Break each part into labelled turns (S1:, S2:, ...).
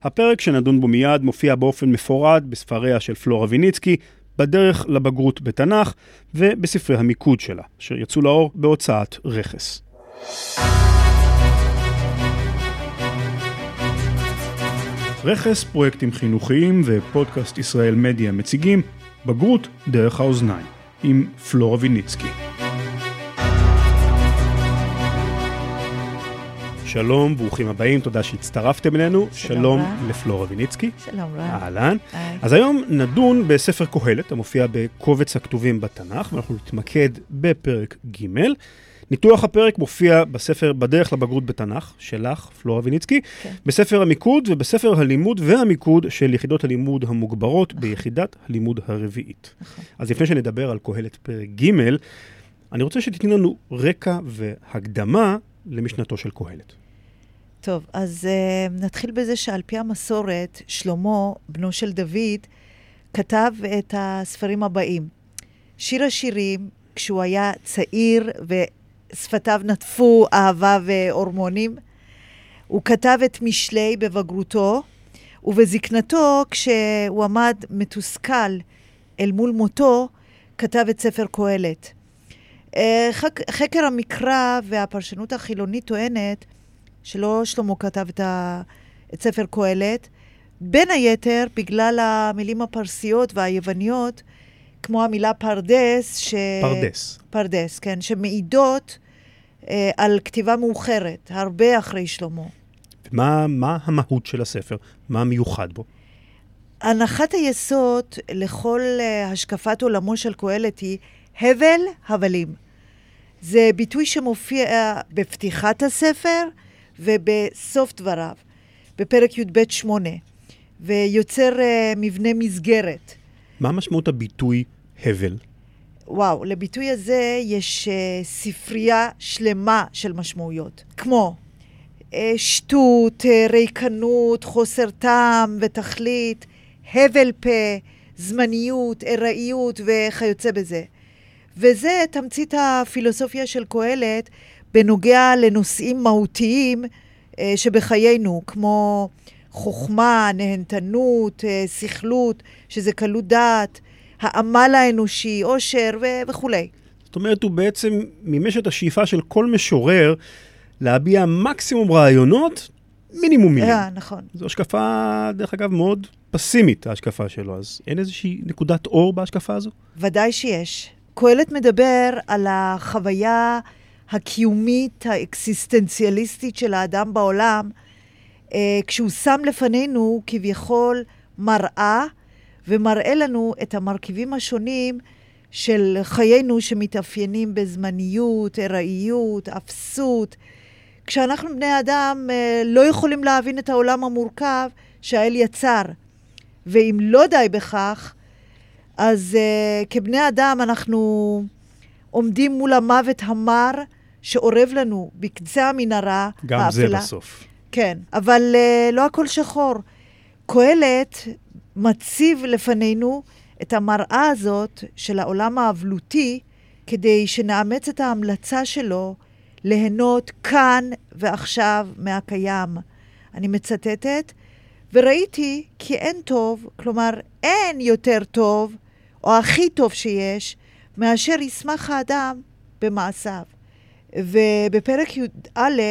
S1: הפרק שנדון בו מיד מופיע באופן מפורט בספריה של פלורה ויניצקי, בדרך לבגרות בתנ"ך ובספרי המיקוד שלה, אשר יצאו לאור בהוצאת רכס. רכס, פרויקטים חינוכיים ופודקאסט ישראל מדיה מציגים בגרות דרך האוזניים עם פלורה ויניצקי. שלום, ברוכים הבאים, תודה שהצטרפתם אלינו. שלום לפלורה ויניצקי.
S2: שלום רב.
S1: אהלן. אז היום נדון בספר קהלת, המופיע בקובץ הכתובים בתנ"ך, ואנחנו נתמקד בפרק ג'. ניתוח הפרק מופיע בספר בדרך לבגרות בתנ"ך, שלך, פלורה ויניצקי, בספר המיקוד ובספר הלימוד והמיקוד של יחידות הלימוד המוגברות ביחידת הלימוד הרביעית. אז לפני שנדבר על קהלת פרק ג', אני רוצה שתתני לנו רקע והקדמה למשנתו של קהלת.
S2: טוב, אז נתחיל בזה שעל פי המסורת, שלמה, בנו של דוד, כתב את הספרים הבאים. שיר השירים, כשהוא היה צעיר ושפתיו נטפו אהבה והורמונים, הוא כתב את משלי בבגרותו, ובזקנתו, כשהוא עמד מתוסכל אל מול מותו, כתב את ספר קהלת. חקר המקרא והפרשנות החילונית טוענת שלא שלמה כתב את ספר קהלת, בין היתר בגלל המילים הפרסיות והיווניות, כמו המילה פרדס, פרדס, כן, שמעידות על כתיבה מאוחרת, הרבה אחרי שלמה.
S1: מה המהות של הספר? מה מיוחד בו?
S2: הנחת היסוד לכל השקפת עולמו של קהלת היא הבל הבלים. זה ביטוי שמופיע בפתיחת הספר ובסוף דבריו, בפרק י"ב 8, ויוצר מבנה מסגרת.
S1: מה משמעות הביטוי הבל?
S2: וואו, לביטוי הזה יש ספרייה שלמה של משמעויות, כמו שטות, ריקנות, חוסר טעם ותכלית, הבל פה, זמניות, ארעיות וכיוצא בזה. וזה תמצית הפילוסופיה של קהלת בנוגע לנושאים מהותיים שבחיינו, כמו חוכמה, נהנתנות, שכלות, שזה קלות דעת, העמל האנושי, עושר וכו'.
S1: זאת אומרת, הוא בעצם מימש את השאיפה של כל משורר להביע מקסימום רעיונות, מינימום מילים.
S2: נכון.
S1: זו השקפה, דרך אגב, מאוד פסימית, ההשקפה שלו. אז אין איזושהי נקודת אור בהשקפה הזו?
S2: ודאי שיש. קהלת מדבר על החוויה הקיומית, האקסיסטנציאליסטית של האדם בעולם, כשהוא שם לפנינו כביכול מראה, ומראה לנו את המרכיבים השונים של חיינו שמתאפיינים בזמניות, ארעיות, אפסות. כשאנחנו בני אדם לא יכולים להבין את העולם המורכב שהאל יצר. ואם לא די בכך, אז כבני אדם אנחנו עומדים מול המוות המר שעורב לנו בקצה המנהרה
S1: גם
S2: האפלה.
S1: זה בסוף.
S2: כן, אבל לא הכל שחור. קהלת מציב לפנינו את המראה הזאת של העולם האבלותי, כדי שנאמץ את ההמלצה שלו ליהנות כאן ועכשיו מהקיים. אני מצטטת, וראיתי כי אין טוב, כלומר אין יותר טוב, או הכי טוב שיש, מאשר ישמח האדם במעשיו. ובפרק י"א,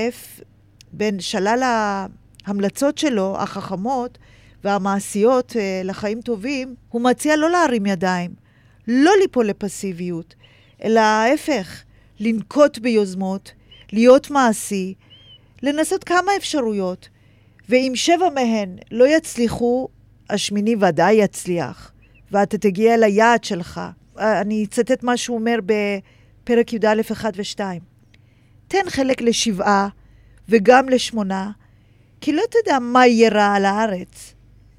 S2: בין שלל ההמלצות שלו, החכמות והמעשיות לחיים טובים, הוא מציע לא להרים ידיים, לא ליפול לפסיביות, אלא ההפך, לנקוט ביוזמות, להיות מעשי, לנסות כמה אפשרויות, ואם 7 מהן לא יצליחו, השמיני ודאי יצליח, ואתה תגיע ליעד שלך. אני אצטט מה שהוא אומר בפרק י"א 1 ו-2. תן חלק ל7 וגם ל8, כי לא תדע מה יהיה רע על הארץ.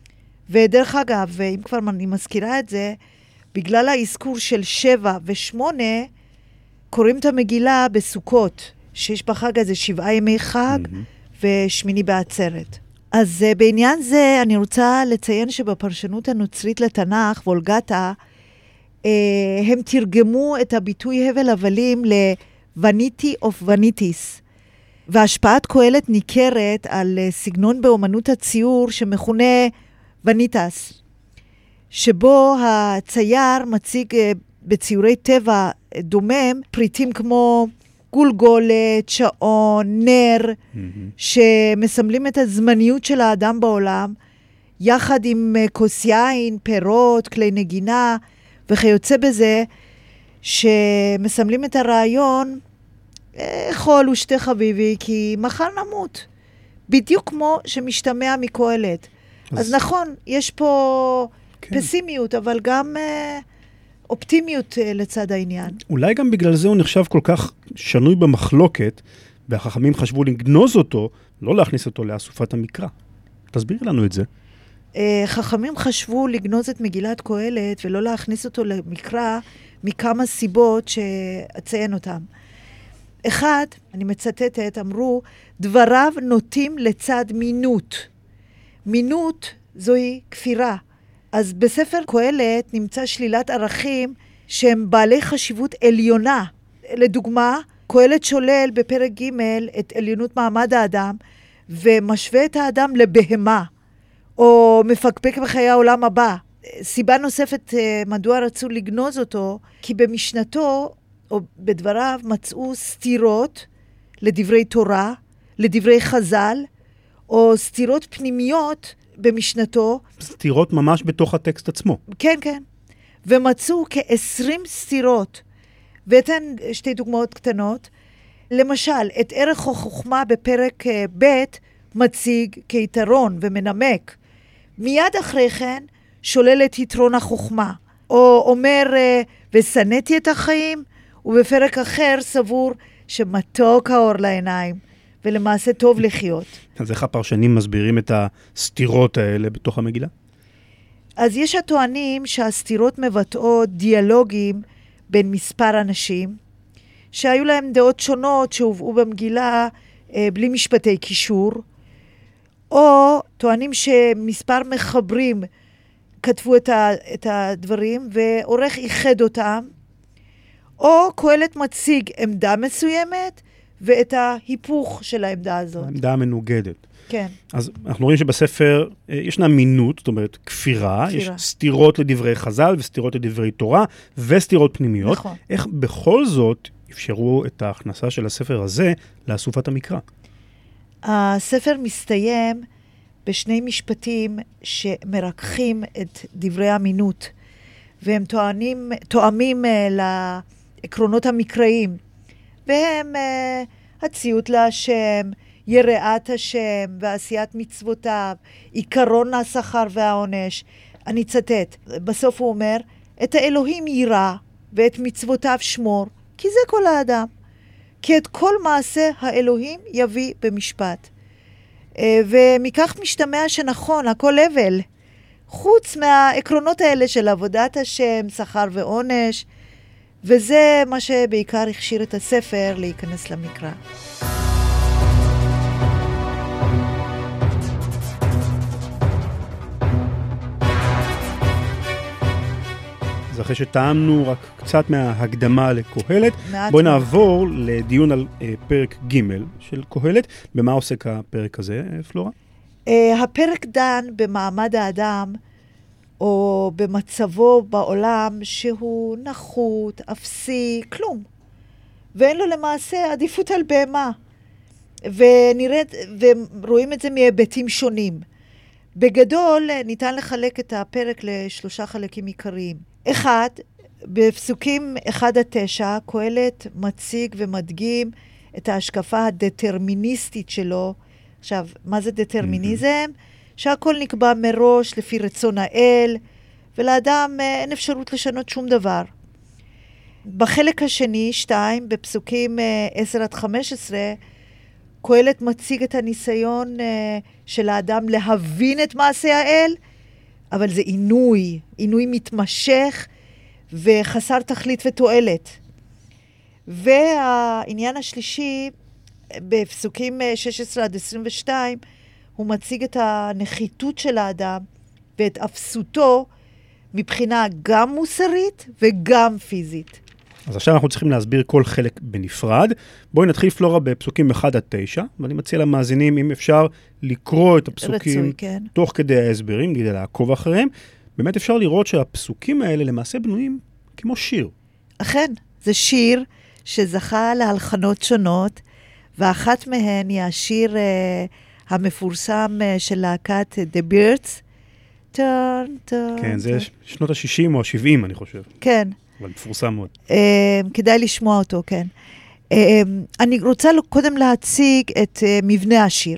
S2: ודרך אגב, אם כבר אני מזכירה את זה, בגלל האזכור של 7 ו8, קוראים את המגילה בסוכות, שיש בחג הזה 7 ימי חג ושמיני בעצרת. אז בעניין זה אני רוצה לציין שבפרשנות הנוצרית לתנ"ך, וולגטה, הם תרגמו את הביטוי הבל הבלים ל-vanity of vanities, והשפעת קהלת ניכרת על סגנון באומנות הציור שמכונה וניטס, שבו הצייר מציג בציורי טבע דומם פריטים כמו גולגולת, שעון, נר, שמסמלים את הזמניות של האדם בעולם, יחד עם כוס יין, פירות, כלי נגינה וכיוצא בזה, שמסמלים את הרעיון, אכול ושתה חביבי, כי מחר נמות. בדיוק כמו שמשתמע מקהלת. אז נכון, יש פה פסימיות, אבל גם אופטימיות לצד העניין.
S1: אולי גם בגלל זה הוא נחשב כל כך שנוי במחלוקת, והחכמים חשבו לגנוז אותו, לא להכניס אותו לאסופת המקרא. תסביר לנו את זה.
S2: חכמים חשבו לגנוז את מגילת קהלת, ולא להכניס אותו למקרא, מכמה סיבות שאציין אותם. אחד, אני מצטטת, אמרו, דבריו נוטים לצד מינות. מינות זוהי כפירה. אז בספר קהלת נמצא שלילת ערכים שהם בעלי חשיבות עליונה. לדוגמה, קהלת שולל בפרק ג' את עליונות מעמד האדם, ומשווה את האדם לבהמה, או מפקפק בחיי העולם הבא. סיבה נוספת מדוע רצו לגנוז אותו, כי במשנתו או בדבריו מצאו סתירות לדברי תורה, לדברי חז"ל, או סתירות פנימיות במשנתו.
S1: סתירות ממש בתוך הטקסט עצמו.
S2: כן, כן. ומצאו כ-20 סתירות. ואתן שתי דוגמאות קטנות. למשל, את ערך החוכמה בפרק ב' מציג כיתרון ומנמק. מיד אחרי כן שולל את יתרון החוכמה. או אומר, ושנאתי את החיים, ובפרק אחר סבור שמתוק האור לעיניים, ולמעשה טוב לחיות.
S1: אז איך הפרשנים מסבירים את הסתירות האלה בתוך המגילה?
S2: אז יש הטוענים שהסתירות מבטאות דיאלוגים בין מספר אנשים, שהיו להם דעות שונות שהובאו במגילה בלי משפטי קישור, או טוענים שמספר מחברים כתבו את הדברים, ועורך איחד אותם, או קהלת מציג עמדה מסוימת, ואת ההיפוך של העמדה הזאת.
S1: העמדה המנוגדת.
S2: כן.
S1: אז אנחנו רואים שבספר ישנה מינות, זאת אומרת כפירה, יש סתירות לדברי חז"ל וסתירות לדברי תורה, וסתירות פנימיות.
S2: נכון.
S1: איך בכל זאת אפשרו את ההכנסה של הספר הזה לאסופת המקרא?
S2: הספר מסתיים בשני משפטים שמרככים את דברי המינות, והם תואמים לעקרונות המקראיים, והם הציות להשם, יראת השם ועשיית מצוותיו, עיקרון השכר והעונש. אני צטט, בסוף הוא אומר, את האלוהים ירא ואת מצוותיו שמור, כי זה כל האדם. כי את כל מעשה האלוהים יביא במשפט. ומכך משתמע שנכון, הכל הבל. חוץ מהעקרונות האלה של עבודת השם, שכר ועונש, וזה מה שבעיקר הכשיר את הספר להיכנס למקרא.
S1: אז אחרי שטעמנו רק קצת מההקדמה לקהלת, בואי נעבור לדיון על פרק ג' של קהלת. במה עוסק הפרק הזה, פלורה?
S2: הפרק דן במעמד האדם, או במצבו בעולם שהוא נחות, אפסי, כלום. ואין לו למעשה עדיפות על בהמה. ורואים את זה מהיבטים שונים. בגדול ניתן לחלק את הפרק לשלושה חלקים עיקריים. אחד, בפסוקים 1-9, קהלת מציג ומדגים את ההשקפה הדטרמיניסטית שלו. עכשיו, מה זה דטרמיניזם? שהכל נקבע מראש לפי רצון האל, ולאדם אין אפשרות לשנות שום דבר. בחלק השני, 2, בפסוקים 10-15, קהלת מציג את הניסיון של האדם להבין את מעשה האל, אבל זה עינוי מתמשך וחסר תכלית ותועלת. והעניין השלישי, בפסוקים 16-22, הוא מציג את הנחיתות של האדם ואת אפסותו מבחינה גם מוסרית וגם פיזית.
S1: אז עכשיו אנחנו צריכים להסביר כל חלק בנפרד. בואי נתחיל פלורה בפסוקים 1-9, ואני מציע למאזינים, אם אפשר לקרוא את הפסוקים
S2: רצוי, כן.
S1: תוך כדי ההסברים, כדי לעקוב אחריהם. באמת אפשר לראות שהפסוקים האלה למעשה בנויים כמו שיר.
S2: אכן, זה שיר שזכה להלחנות שונות, ואחת מהן היא השיר המפורסם של להקת The Birds.
S1: כן, זה שנות ה-60 או ה-70, אני חושב.
S2: כן.
S1: אבל מפורסם מאוד.
S2: כדאי לשמוע אותו, כן. אני רוצה קודם להציג את מבנה השיר.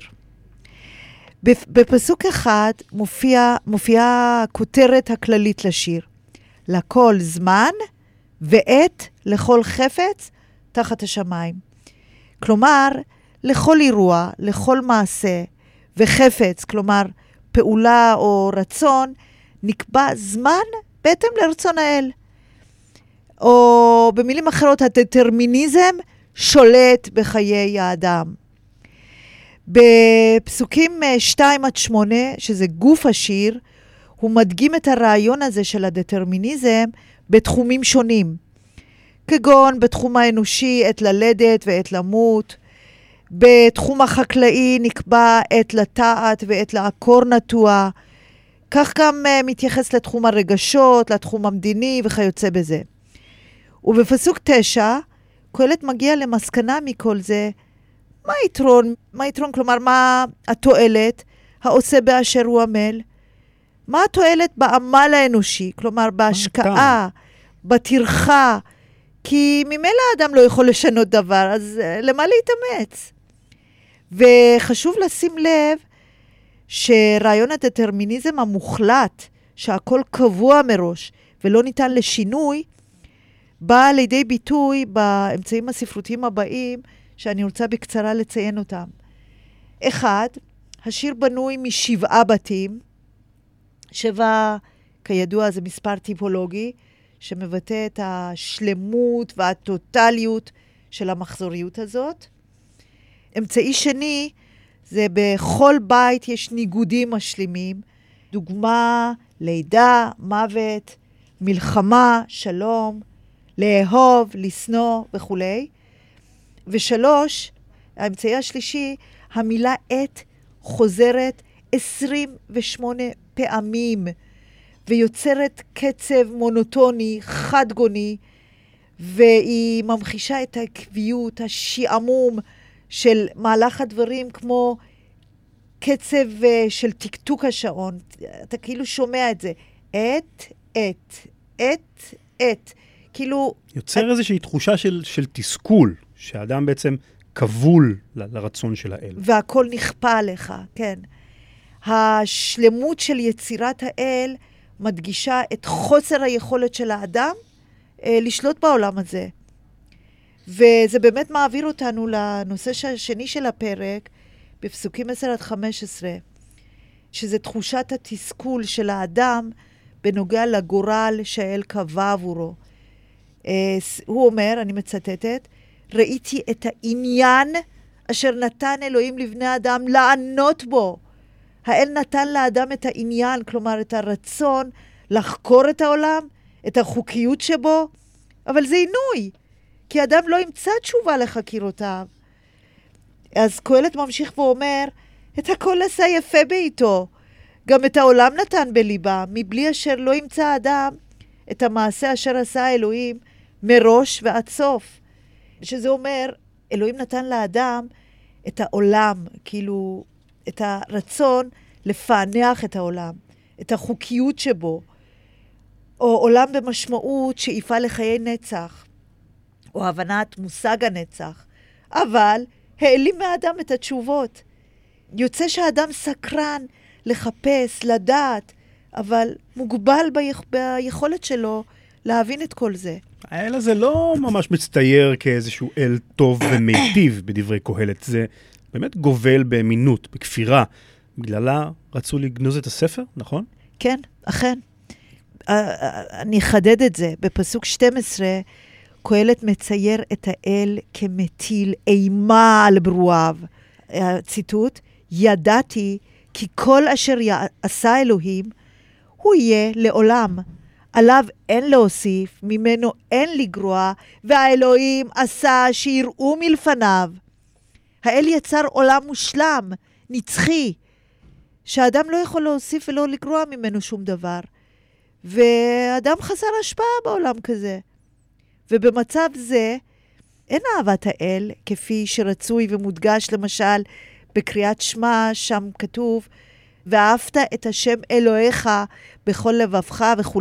S2: בפסוק אחד מופיעה הכותרת הכללית לשיר. לכל זמן ועת לכל חפץ תחת השמיים. כלומר, לכל אירוע, לכל מעשה וחפץ, כלומר, פעולה או רצון, נקבע זמן בהתאם לרצון האל. או במילים אחרות, הדטרמיניזם שולט בחיי האדם. בפסוקים 2-8, שזה גוף השיר, הוא מדגים את הרעיון הזה של הדטרמיניזם בתחומים שונים. כגון בתחום האנושי, עת ללדת ועת למות. בתחום החקלאי נקבע עת לטעת ועת לעקור נטוע. כך גם מתייחס לתחום הרגשות, לתחום המדיני וכיוצא בזה. ובפסוק 9, קהלת מגיע למסקנה מכל זה, מה היתרון, כלומר, מה התועלת העושה באשר הוא עמל? מה התועלת בעמל האנושי, כלומר, בהשקעה, בטרחה, כי ממילא האדם לא יכול לשנות דבר, אז למה להתאמץ? וחשוב לשים לב שרעיון הדטרמיניזם המוחלט, שהכל קבוע מראש ולא ניתן לשינוי, בא לידי ביטוי באמצעים הספרותיים הבאים, שאני רוצה בקצרה לציין אותם. 1, השיר בנוי מ7 בתים. 7, כידוע, זה מספר טיפולוגי, שמבטא את השלמות והטוטליות של המחזוריות הזאת. אמצעי שני, זה בכל בית יש ניגודים משלימים, דוגמה, לידה, מוות, מלחמה, שלום, לאהוב, לשנוא וכו'. ו3, האמצעי השלישי, המילה עת חוזרת 28 פעמים, ויוצרת קצב מונוטוני, חד-גוני, והיא ממחישה את העקביות, השעמום של מהלך הדברים, כמו קצב של תקתוק השעון. אתה כאילו שומע את זה. עת. כאילו...
S1: יוצר איזושהי תחושה של תסכול, שהאדם בעצם כבול לרצון של האל.
S2: והכל נכפה עליך, כן. השלמות של יצירת האל מדגישה את חוסר היכולת של האדם לשלוט בעולם הזה. וזה באמת מעביר אותנו לנושא השני של הפרק, בפסוקים 10-15, שזה תחושת התסכול של האדם בנוגע לגורל שהאל קבע עבורו. הוא אומר, אני מצטטת, ראיתי את העניין אשר נתן אלוהים לבני אדם לענות בו. האל נתן לאדם את העניין, כלומר את הרצון לחקור את העולם, את החוקיות שבו, אבל זה עינוי, כי אדם לא ימצא תשובה לחקירותיו. אז קהלת ממשיך ואומר, את הכל עשה יפה בעיתו, גם את העולם נתן בליבה, מבלי אשר לא ימצא האדם את המעשה אשר עשה אלוהים מראש ועד סוף. שזה אומר, אלוהים נתן לאדם את העולם, כאילו את הרצון לפענח את העולם, את החוקיות שבו, או עולם במשמעות שאיפה לחיי נצח, או הבנת מושג הנצח, אבל העלים מהאדם את התשובות. יוצא שהאדם סקרן לחפש, לדעת, אבל מוגבל ביכולת שלו להבין את כל זה.
S1: האל הזה לא ממש מצטייר כאיזשהו אל טוב ומיטיב בדברי קהלת, זה באמת גובל באמינות, בכפירה. בגללה רצו לגנוז את הספר, נכון?
S2: כן, אכן. אני אחדד את זה. בפסוק 12, קהלת מצייר את האל כמטיל אימה על ברואיו. הציטוט, ידעתי כי כל אשר עשה אלוהים, הוא יהיה לעולם. עליו אין להוסיף, ממנו אין לגרוע, והאלוהים עשה שיראו מלפניו. האל יצר עולם מושלם, נצחי, שהאדם לא יכול להוסיף ולא לגרוע ממנו שום דבר. ואדם חסר השפעה בעולם כזה. ובמצב זה, אין אהבת האל, כפי שרצוי ומודגש למשל בקריאת שמע, שם כתוב, ואהבת את השם אלוהיך בכל לבבך וכו'.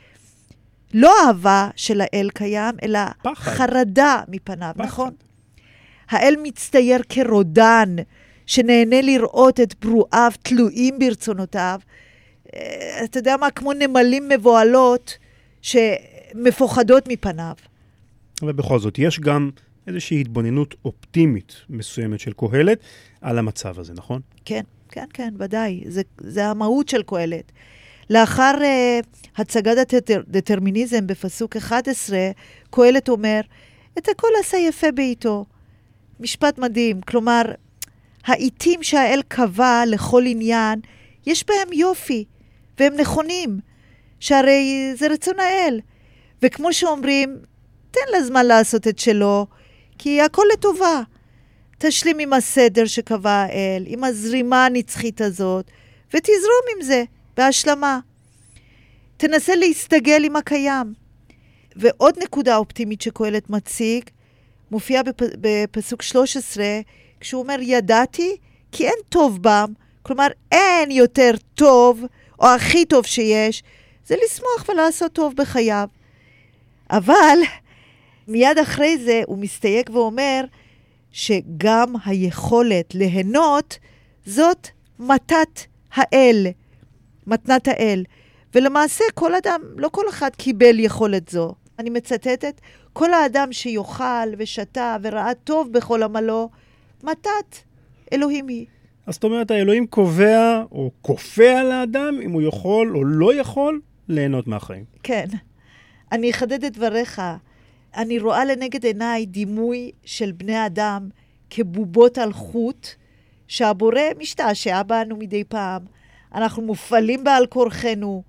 S2: לא אהבה של האל קיים, אלא
S1: פחד.
S2: חרדה מפניו,
S1: פחד.
S2: נכון? האל מצטייר כרודן, שנהנה לראות את ברואיו תלויים ברצונותיו. אתה יודע מה? כמו נמלים מבועלות שמפוחדות מפניו.
S1: אבל בכל זאת, יש גם איזושהי התבוננות אופטימית מסוימת של קהלת על המצב הזה, נכון?
S2: כן, כן, כן, ודאי. זה המהות של קהלת. לאחר הצגת הדטרמיניזם בפסוק 11, קהלת אומר, את הכל עשה יפה בעיתו. משפט מדהים. כלומר, העיתים שהאל קבע לכל עניין, יש בהם יופי, והם נכונים, שהרי זה רצון האל. וכמו שאומרים, תן לזמן לעשות את שלו, כי הכל לטובה. תשלים עם הסדר שקבע האל, עם הזרימה הנצחית הזאת, ותזרום עם זה, בהשלמה. תנסה להסתגל עם הקיים. ועוד נקודה אופטימית שקהלת מציג, מופיע בפסוק 13, כשהוא אומר, ידעתי כי אין טוב בם, כלומר אין יותר טוב, או הכי טוב שיש, זה לשמוח ולעשות טוב בחייו. אבל מיד אחרי זה הוא מסתייג ואומר, שגם היכולת ליהנות, זאת מתת האל, מתנת האל. ולמעשה כל אדם, לא כל אחד קיבל יכולת זו. אני מצטטת, כל האדם שיוכל ושתה וראה טוב בכל עמלו, מתת אלוהים היא.
S1: אז זאת אומרת, האלוהים קובע או כופה על האדם אם הוא יכול או לא יכול ליהנות מהחיים.
S2: כן. אני אחדד את דבריך. אני רואה לנגד עיניי דימוי של בני אדם כבובות על חוט, שהבורא משתעשע בנו מדי פעם. אנחנו מופעלים בעל כורחנו,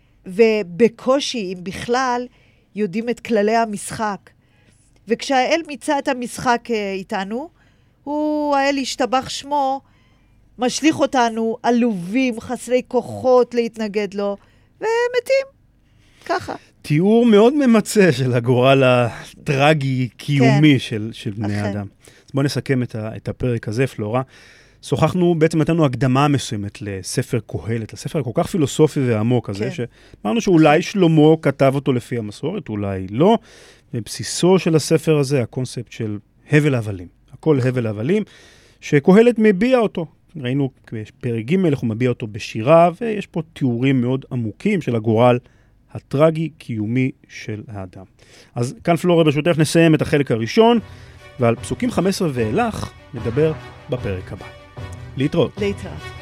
S2: ובקושי, אם בכלל, יודעים את כללי המשחק. וכשהאל מיצה את המשחק איתנו, האל השתבח שמו, משליך אותנו עלובים, חסרי כוחות להתנגד לו, ומתים. ככה.
S1: תיאור מאוד ממצא של הגורל הטרגי, קיומי כן. של בני האדם. אז בואו נסכם את הפרק הזה, פלורה. שוחחנו, בעצם נתנו הקדמה מסוימת לספר קהלת, לספר כל כך פילוסופי ועמוק הזה, כן. שאמרנו שאולי שלמה כתב אותו לפי המסורת, אולי לא. בבסיסו של הספר הזה, הקונספט של הבל הבלים. הכל הבל הבלים, שקהלת מביע אותו. ראינו בפרק ג' הוא מביע אותו בשירה, ויש פה תיאורים מאוד עמוקים של הגורל הטרגי, קיומי של האדם. אז כאן פלורה ברשותך נסיים את החלק הראשון, ועל פסוקים 15 ואילך נדבר בפרק הבא. להתראות.
S2: להתראות.